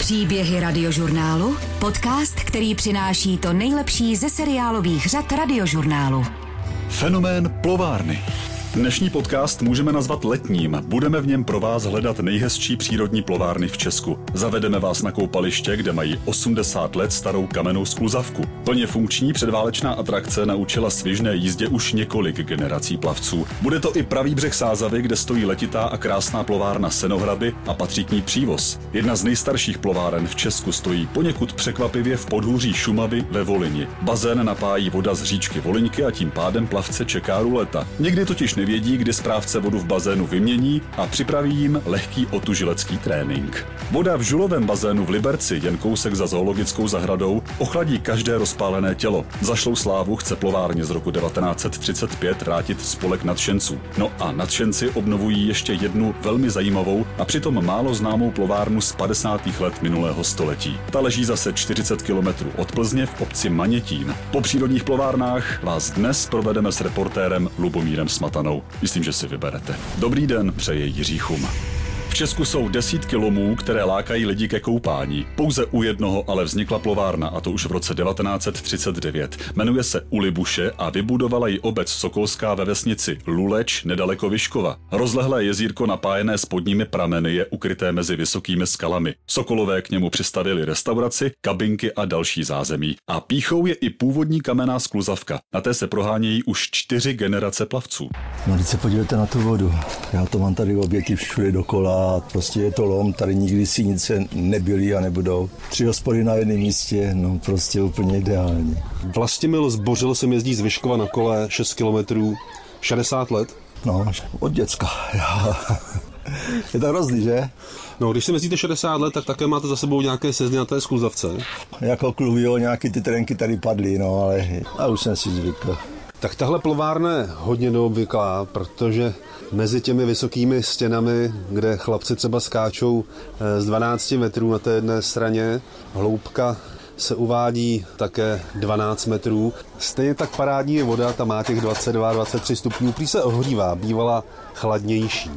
Příběhy radiožurnálu, podcast, který přináší to nejlepší ze seriálových řad radiožurnálu. Fenomén plovárny. Dnešní podcast můžeme nazvat letním. Budeme v něm pro vás hledat nejhezčí přírodní plovárny v Česku. Zavedeme vás na koupaliště, kde mají 80 let starou kamennou skluzavku. Plně funkční předválečná atrakce naučila svižné jízdě už několik generací plavců. Bude to i pravý břeh Sázavy, kde stojí letitá a krásná plovárna Senohraby a patří k ní přívoz. Jedna z nejstarších plováren v Česku stojí poněkud překvapivě v podhůří Šumavy ve Volyni. Bazén napájí voda z říčky Volyňky a tím pádem plavce čeká ruleta. Někdy totiž nevědí, kdy správce vodu v bazénu vymění a připraví jim lehký otužilecký trénink. Voda v žulovém bazénu v Liberci, jen kousek za zoologickou zahradou, ochladí každé rozpálené tělo. Zašlou slávu chce plovárně z roku 1935 vrátit spolek nadšenců. No a nadšenci obnovují ještě jednu velmi zajímavou a přitom málo známou plovárnu z 50. let minulého století. Ta leží zase 40 kilometrů od Plzně v obci Manětín. Po přírodních plovárnách vás dnes provedeme s reportérem Lubomírem Smatanou. Myslím, že si vyberete. Dobrý den, přeje Jiří Chum. V Česku jsou desítky lomů, které lákají lidi ke koupání. Pouze u jednoho ale vznikla plovárna, a to už v roce 1939. Jmenuje se U Libuše a vybudovala ji obec Sokolská ve vesnici Luleč nedaleko Vyškova. Rozlehlé jezírko napájené spodními prameny je ukryté mezi vysokými skalami. Sokolové k němu přistavili restauraci, kabinky a další zázemí. A pýchou je i původní kamenná skluzavka. Na té se prohánějí už 4 generace plavců. No, když se podívejte na tu vodu. Já to mám tady objektiv všude dokola. A prostě je to lom, tady nikdy silnice nebyly a nebudou. 3 hospody na jednom místě, no prostě úplně ideální. Vlastimil Zbořil sem jezdí z Vyškova na kole 6 kilometrů, 60 let? No, od děcka. Je to hrozný, že? No, když si jezdíte 60 let, tak také máte za sebou nějaké sezny na té skluzavce. Jako klub, jo, nějaký ty trenky tady padly, no, ale já už jsem si zvykl. Tak tahle plovárna je hodně neobvyklá, protože mezi těmi vysokými stěnami, kde chlapci třeba skáčou z 12 metrů na té jedné straně, hloubka se uvádí také 12 metrů. Stejně tak parádní je voda, ta má těch 22-23 stupňů, prý se ohřívá, bývala chladnější.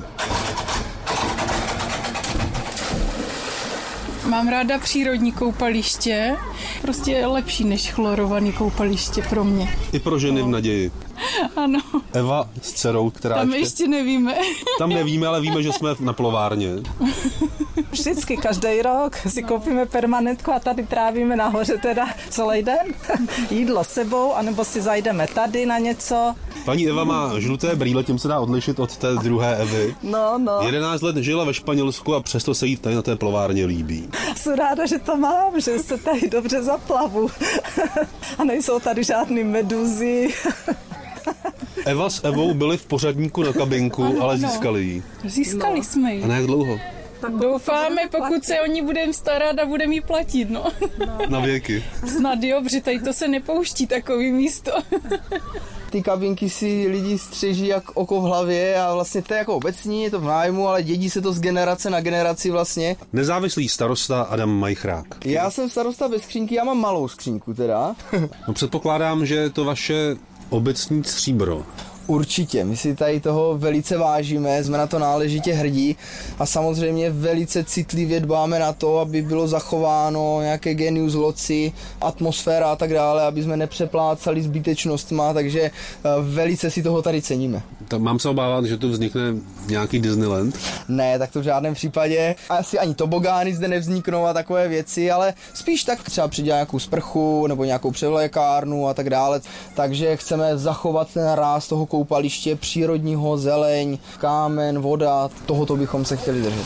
Mám ráda přírodní koupaliště, prostě je lepší než chlorovaný koupaliště pro mě. I pro ženy v naději. Ano. Eva s dcerou, která tam ještě nevíme. Tam nevíme, ale víme, že jsme na plovárně. Vždycky, každý rok si koupíme permanentku a tady trávíme nahoře teda celý den. Jídlo sebou, anebo si zajdeme tady na něco. Paní Eva má žluté brýle, tím se dá odlišit od té druhé Evy. No. 11 let žila ve Španělsku a přesto se jí tady na té plovárně líbí. Jsem ráda, že to mám, že se tady dobře zaplavu. A nejsou tady žádný meduzy. Eva s Evou byli v pořadníku na kabinku, ano, ale získali ji. Získali jsme ji. A na jak dlouho? Doufáme, pokud se o ní budeme starat a budeme jí platit, no. Na věky. Snad jo, protože tady to se nepouští takový místo. Ty kabinky si lidi střeží jak oko v hlavě a vlastně to je jako obecní, je to v nájmu, ale dědí se to z generace na generaci vlastně. Nezávislý starosta Adam Majchrák. Já jsem starosta bez skřínky, já mám malou skřínku teda. No, předpokládám, že je to vaše obecní stříbro. Určitě, my si tady toho velice vážíme, jsme na to náležitě hrdí a samozřejmě velice citlivě dbáme na to, aby bylo zachováno nějaké genius loci, atmosféra a tak dále, aby jsme nepřeplácali zbytečnostma, takže velice si toho tady ceníme. Tak mám se obávat, že tu vznikne nějaký Disneyland? Ne, tak to v žádném případě. Asi ani tobogány zde nevzniknou a takové věci, ale spíš tak třeba přidělat nějakou sprchu nebo nějakou převlékárnu a tak dále. Takže chceme zachovat ten ráz toho koupaliště, přírodního, zeleň, kámen, voda, tohoto bychom se chtěli držet.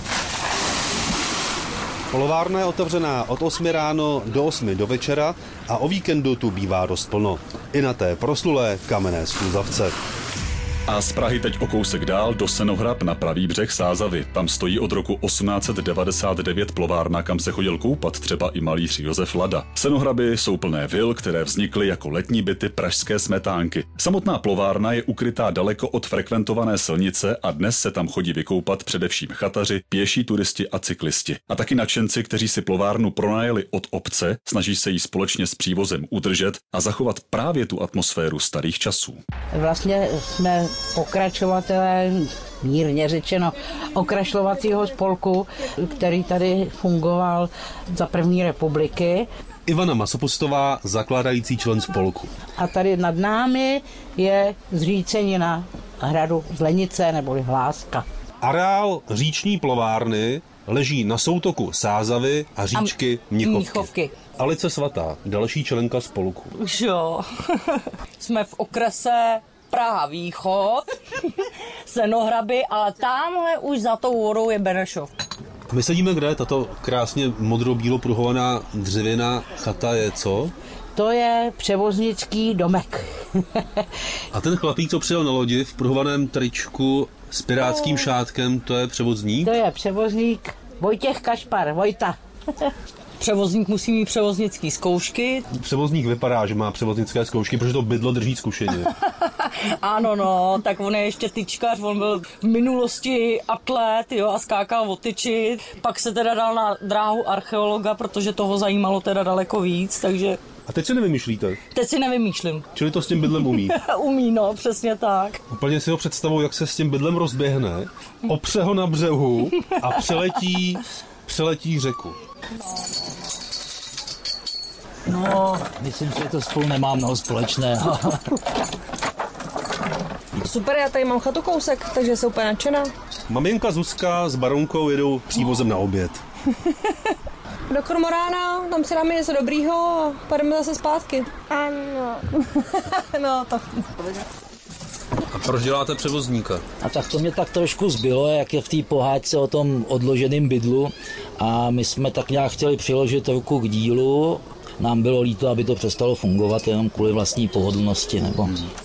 Plovárna je otevřená od 8 ráno do 8 do večera a o víkendu tu bývá dost plno. I na té proslulé kamenné skluzavce. A z Prahy teď o kousek dál do Senohrab na pravý břeh Sázavy. Tam stojí od roku 1899 plovárna, kam se chodil koupat třeba i malíř Josef Lada. Senohraby jsou plné vil, které vznikly jako letní byty pražské smetánky. Samotná plovárna je ukrytá daleko od frekventované silnice a dnes se tam chodí vykoupat především chataři, pěší turisti a cyklisti. A taky nadšenci, kteří si plovárnu pronajeli od obce, snaží se ji společně s přívozem udržet a zachovat právě tu atmosféru starých časů. Vlastně jsme pokračovatelé mírně řečeno, okrašlovacího spolku, který tady fungoval za první republiky. Ivana Masopustová, zakládající člen spolku. A tady nad námi je zřícenina hradu Zlenice neboli Hláska. Areál říční plovárny leží na soutoku Sázavy a říčky Mnichovky. Alice Svatá, další členka spolku. Už jo, jsme v okrese Praha východ, Senohraby, ale tamhle už za tou vodou je Benešov. My sedíme kde? Tato krásně modro-bílo pruhovaná dřevěná chata je co? To je převoznický domek. A ten chlapík, co přijel na lodi v pruhovaném tričku s pirátským šátkem, to je převozník? To je převozník Vojtěch Kašpar, Vojta. Převozník musí mít převoznické zkoušky. Převozník vypadá, že má převoznické zkoušky, protože to bydlo drží zkušeně. Ano, no, tak on je ještě tyčkař, on byl v minulosti atlet, jo, a skákal o tyči, pak se teda dal na dráhu archeologa, protože toho zajímalo teda daleko víc, takže... A teď si nevymýšlíte? Teď si nevymýšlím. Čili to s tím bydlem umí? Umí, no, přesně tak. Úplně si ho představuji, jak se s tím bydlem rozběhne, opře ho na břehu a přeletí řeku. No, myslím si, že to spolu nemám mnoho společného. Super, já tady mám chatu kousek, takže jsem úplně nadšená. Maminka Zuzka s baronkou jedou přívozem na oběd. Do Kormorána, tam si dáme něco dobrýho a půjdeme zase zpátky. Ano. No, to... A proč děláte převozníka? A tak to mě tak trošku zbylo, jak je v té pohádce o tom odloženém bydlu. A my jsme tak nějak chtěli přiložit ruku k dílu. Nám bylo líto, aby to přestalo fungovat jenom kvůli vlastní pohodlnosti. Nebo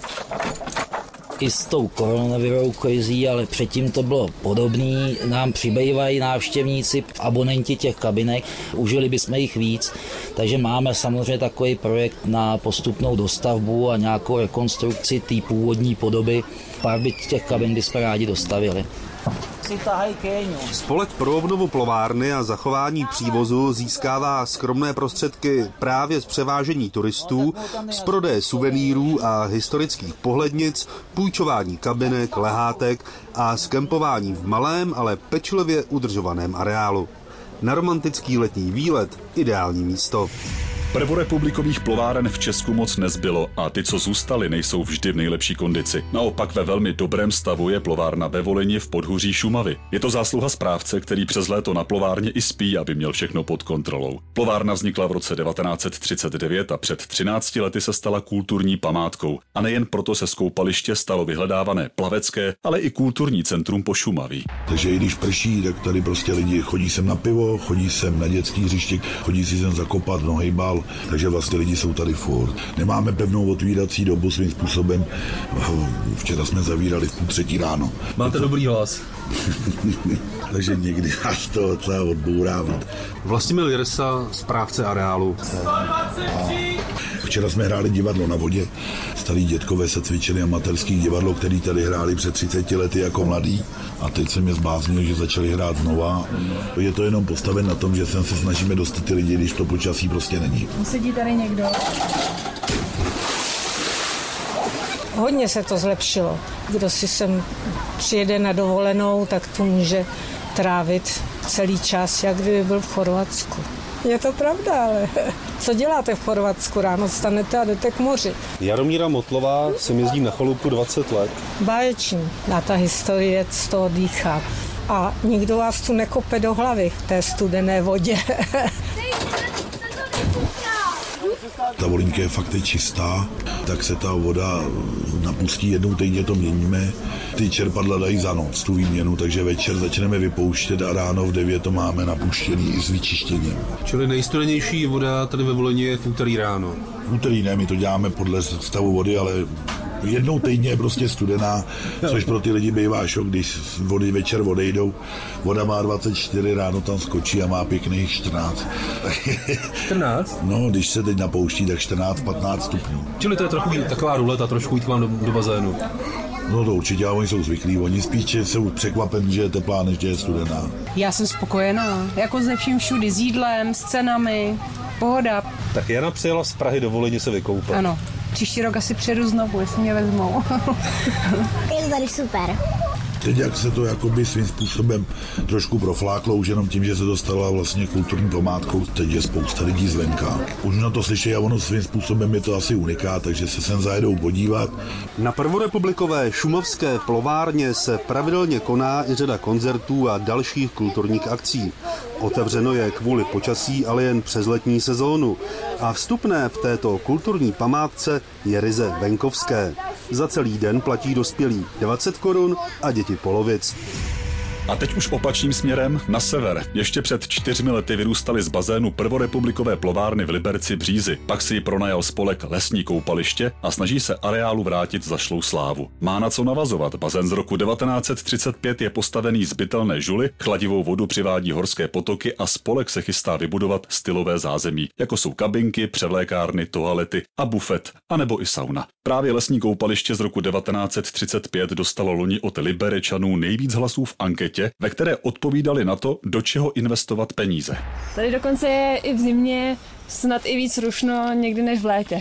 i s tou koronavirovou krizí, ale předtím to bylo podobný. Nám přibývají návštěvníci, abonenti těch kabinek, užili bychom jich víc, takže máme samozřejmě takový projekt na postupnou dostavbu a nějakou rekonstrukci té původní podoby. Pár byt těch kabin bychom rádi dostavili. Spolek pro obnovu plovárny a zachování přívozu získává skromné prostředky právě z převážení turistů, z prodeje suvenýrů a historických pohlednic, půjčování kabinek, lehátek a z kempování v malém, ale pečlivě udržovaném areálu. Na romantický letní výlet ideální místo. Prvorepublikových plováren v Česku moc nezbylo a ty, co zůstaly, nejsou vždy v nejlepší kondici. Naopak ve velmi dobrém stavu je plovárna ve Volyni v podhůří Šumavy. Je to zásluha správce, který přes léto na plovárně i spí, aby měl všechno pod kontrolou. Plovárna vznikla v roce 1939 a před 13 lety se stala kulturní památkou. A nejen proto se z koupaliště stalo vyhledávané plavecké, ale i kulturní centrum po Šumaví. Takže i když prší, tak tady prostě lidi chodí sem na pivo, chodí sem na dětský hřiště, chodí si sem zakopat nohejbal. Takže vlastně lidi jsou tady furt. Nemáme pevnou otvírací dobu svým způsobem. Včera jsme zavírali v 2:30 ráno. Máte dobrý hlas. Takže někdy až to docela odbourávat. Vlastimil Jirsa, správce areálu. Včera jsme hráli divadlo na vodě. Starý dětkové se cvičili amatérský divadlo, který tady hráli před 30 lety jako mladý. A teď se mě zbláznilo, že začali hrát znova. Je to jenom postaven na tom, že se snažíme dostat ty lidi, když to počasí prostě není. Sedí tady někdo? Hodně se to zlepšilo. Kdo si sem přijede na dovolenou, tak tu může trávit celý čas, jak kdyby byl v Chorvatsku. Je to pravda, ale co děláte v Chorvatsku? Ráno vstanete a jdete k moři. Jaromíra Motlová sem jezdí na chalupu 20 let. Báječný. A ta historie z toho dýchá. A nikdo vás tu nekope do hlavy v té studené vodě. Ta Volynka je fakt čistá, tak se ta voda napustí, jednou týdně to měníme. Ty čerpadla dají za noc tu výměnu, takže večer začneme vypouštět a ráno v 9 to máme napuštěný i s vyčištěním. Čili nejstudenější voda tady ve Volyni je v úterý ráno? V úterý ne, my to děláme podle stavu vody, ale jednou týdně je prostě studená, což pro ty lidi bývá šok, když vody večer odejdou. Voda má 24, ráno tam skočí a má pěkných 14. 14? No, když se teď napouští, tak 14-15 stupňů. Čili to je trochu taková ruleta, trošku jít k vám do bazénu. No to určitě, oni jsou zvyklí, oni spíše jsou překvapení, že je teplá, než že je studená. Já jsem spokojená, jako ze vším všudy, s jídlem, s cenami, pohoda. Tak Jana přijela z Prahy do Volyně se vykoupat. Ano, příští rok asi přijedu znovu, jestli mě vezmou. Je to tady super. Teď jak se to jakoby svým způsobem trošku profláklo, už jenom tím, že se to stalo vlastně kulturní památkou, teď je spousta lidí zvenka. Už na to slyší a ono svým způsobem je to asi unikát, takže se sem zajedou podívat. Na prvorepublikové šumavské plovárně se pravidelně koná i řada koncertů a dalších kulturních akcí. Otevřeno je kvůli počasí, ale jen přes letní sezónu. A vstupné v této kulturní památce je ryze venkovské. Za celý den platí dospělí 20 korun a děti polovic. A teď už opačným směrem na sever. Ještě před 4 lety vyrůstaly z bazénu prvorepublikové plovárny v Liberci Břízy. Pak si ji pronajal spolek Lesní koupaliště a snaží se areálu vrátit zašlou slávu. Má na co navazovat. Bazén z roku 1935 je postavený z bytelné žuly, chladivou vodu přivádí horské potoky a spolek se chystá vybudovat stylové zázemí, jako jsou kabinky, převlékárny, toalety a bufet, anebo i sauna. Právě Lesní koupaliště z roku 1935 dostalo loni od Liberečanů nejvíc hlasů v anketě, ve které odpovídali na to, do čeho investovat peníze. Tady dokonce je i v zimě snad i víc rušno někdy než v létě.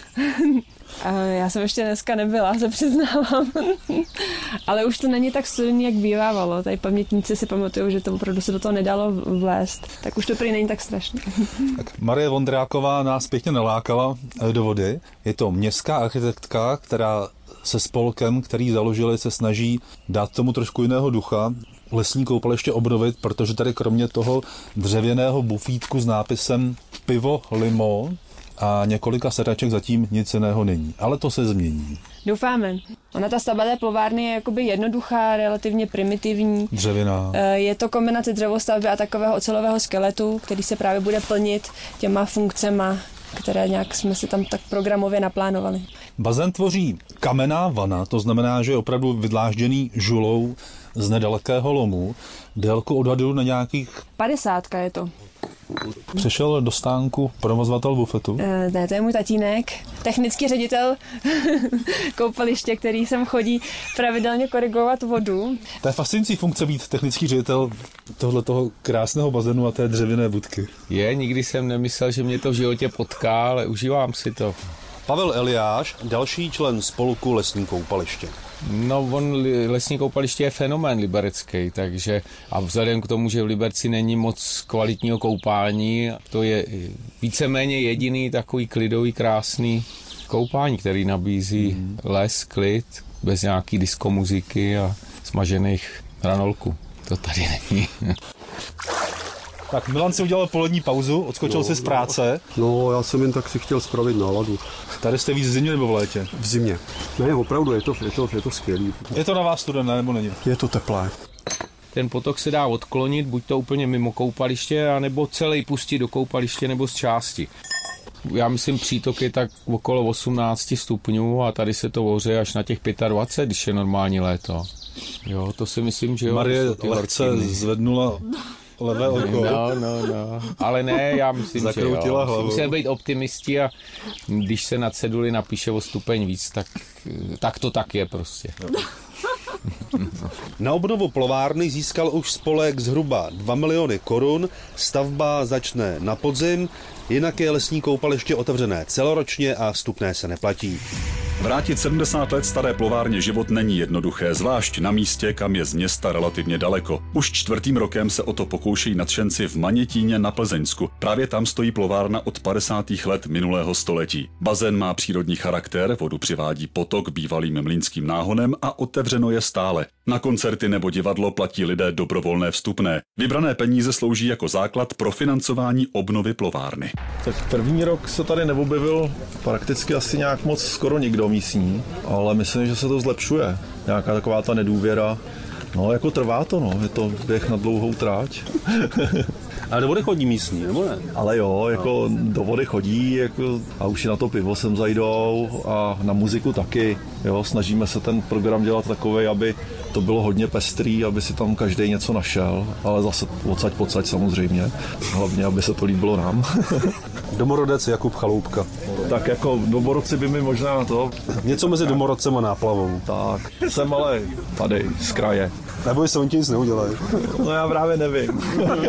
Já jsem ještě dneska nebyla, se přiznávám. Ale už to není tak studený, jak bývávalo. Tady pamětníci si pamatují, že to opravdu se do toho nedalo vlézt. Tak už to prý není tak strašné. Tak Marie Vondráková nás pěkně nalákala do vody. Je to městská architektka, která se spolkem, který založili, se snaží dát tomu trošku jiného ducha. Lesní koupaliště obnovit, protože tady kromě toho dřevěného bufítku s nápisem Pivo Limo a několika sedaček zatím nic jiného není. Ale to se změní. Doufáme. Ona ta stavba té plovárny je jakoby jednoduchá, relativně primitivní. Dřevěná. Je to kombinace dřevostavby a takového ocelového skeletu, který se právě bude plnit těma funkcema, které nějak jsme si tam tak programově naplánovali. Bazén tvoří kamenná vana, to znamená, že je opravdu vydlážděný žulou z nedalekého lomu. Délku odhadu na nějakých 50 je to. Přišel do stánku provozovatel bufetu? Ne, to je můj tatínek, technický ředitel koupaliště, který sem chodí pravidelně korigovat vodu. To je fascinující funkce být technický ředitel tohoto krásného bazénu a té dřevěné budky. Nikdy jsem nemyslel, že mě to v životě potká, ale užívám si to. Pavel Eliáš, další člen spolku Lesní koupaliště. No, Lesní koupaliště je fenomén liberecký, takže a vzhledem k tomu, že v Liberci není moc kvalitního koupání, to je víceméně jediný takový klidový, krásný koupání, který nabízí les, klid, bez nějaký diskomuziky a smažených hranolků. To tady není. Tak Milan si udělal polední pauzu, odskočil si z práce. No, já jsem jen tak si chtěl spravit náladu. Tady jste víc v zimě nebo v létě? V zimě. Ne, opravdu, je to skvělý. Je to na vás studené nebo není? Je to teplé. Ten potok se dá odklonit, buď to úplně mimo koupaliště, anebo celý pustit do koupaliště nebo z části. Já myslím, přítok je tak okolo 18 stupňů a tady se to voře až na těch 25, když je normální léto. Jo, to si myslím, že jo. Marie lehce zvednula levé oko. No. Ale ne, já myslím, že jo. Musíme být optimisti a když se na ceduli napíše o stupeň víc, tak to tak je prostě. Na obnovu plovárny získal už spolek zhruba 2 miliony korun, stavba začne na podzim, jinak je Lesní koupaliště otevřené celoročně a vstupné se neplatí. Vrátit 70 let staré plovárně život není jednoduché, zvlášť na místě, kam je z města relativně daleko. Už 4. rokem se o to pokoušejí nadšenci v Manětíně na Plzeňsku. Právě tam stojí plovárna od 50. let minulého století. Bazén má přírodní charakter, vodu přivádí potok bývalým mlýnským náhonem a otevřeno je stále. Na koncerty nebo divadlo platí lidé dobrovolné vstupné. Vybrané peníze slouží jako základ pro financování obnovy plovárny. Tak první rok se tady neobjevil prakticky asi nějak moc skoro nikdo místní, ale myslím, že se to zlepšuje. Nějaká taková ta nedůvěra. No, jako trvá to, no. Je to běh na dlouhou tráť. A do vody chodí místní, nebo ne? Ale jo, jako do vody chodí, jako, a už i na to pivo sem zajdou a na muziku taky. Jo, snažíme se ten program dělat takovej, aby to bylo hodně pestrý, aby si tam každý něco našel, ale zase odsaď pocať samozřejmě. Hlavně, aby se to líbilo nám. Domorodec Jakub Chaloupka. Tak jako domorodci by mi možná to... Něco mezi domorodcem a náplavou. Tak, jsem ale tady z kraje. Neboj se, oni ti nic neudělají. No já právě nevím.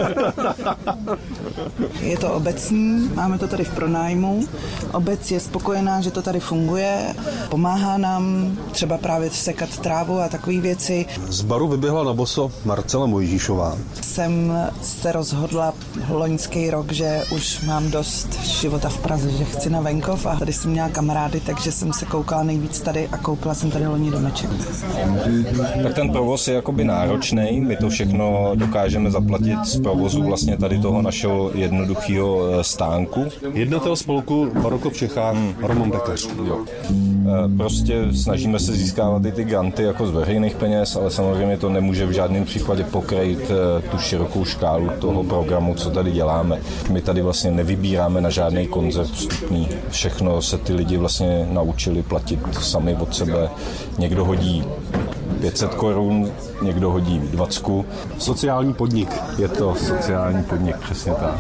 Je to obecní, máme to tady v pronájmu. Obec je spokojená, že to tady funguje. Pomáhá nám třeba právě sekat trávu a takové věci. Z baru vyběhla na boso Marcela Mojžíšová. Jsem se rozhodla loňský rok, že už mám dost života v Praze, že chci na venkov a tady jsem měla kamarády, takže jsem se koukala nejvíc tady a koupila jsem tady loni domeček. Tak ten provoz je jakoby náročný, my to všechno dokážeme zaplatit z provozu vlastně tady toho našeho jednoduchého stánku. Jednatel spolku Baroko v Čechách Roman Pekař. Jo. Prostě snažíme se získávat i ty granty jako z veřejných peněz, ale samozřejmě to nemůže v žádném případě pokrýt tu širokou škálu toho programu, co tady děláme. My tady vlastně nevybíráme na žádný koncert vstupný. Všechno se ty lidi vlastně naučili platit sami od sebe. Někdo hodí 500 korun, někdo hodí 20. Sociální podnik. Je to sociální podnik, přesně tak.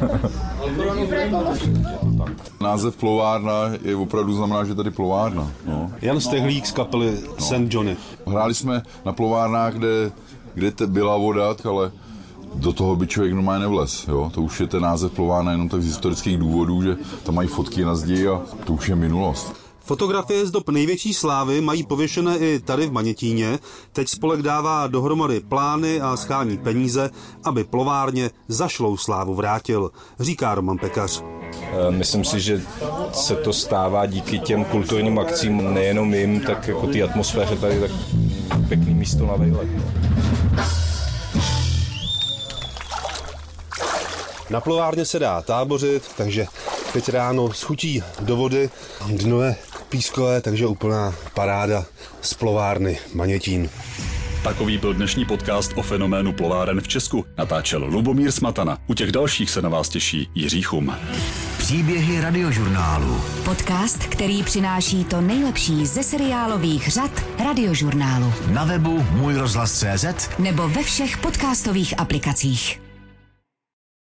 Název plovárna je opravdu znamená, že tady plovárna. No. Jan Stehlík z kapely St. Johnny. Hráli jsme na plovárnách, kde byla voda, ale do toho by člověk normálně nevlez. Jo? To už je ten název plovárna jenom tak z historických důvodů, že tam mají fotky na zdi a to už je minulost. Fotografie z dob největší slávy mají pověšené i tady v Manětíně. Teď spolek dává dohromady plány a schání peníze, aby plovárně zašlou slávu vrátil, říká Roman Pekař. Myslím si, že se to stává díky těm kulturním akcím, nejenom jim, tak jako ty atmosféře tady, tak pěkný místo na vejlet. Na plovárně se dá tábořit, takže teď ráno schutí do vody, dno je pískové, takže úplná paráda z plovárny Manětín. Takový byl dnešní podcast o fenoménu plováren v Česku. Natáčel Lubomír Smatana. U těch dalších se na vás těší Jiří Chum. Příběhy Radiožurnálu. Podcast, který přináší to nejlepší ze seriálových řad Radiožurnálu. Na webu můjrozhlas.cz nebo ve všech podcastových aplikacích.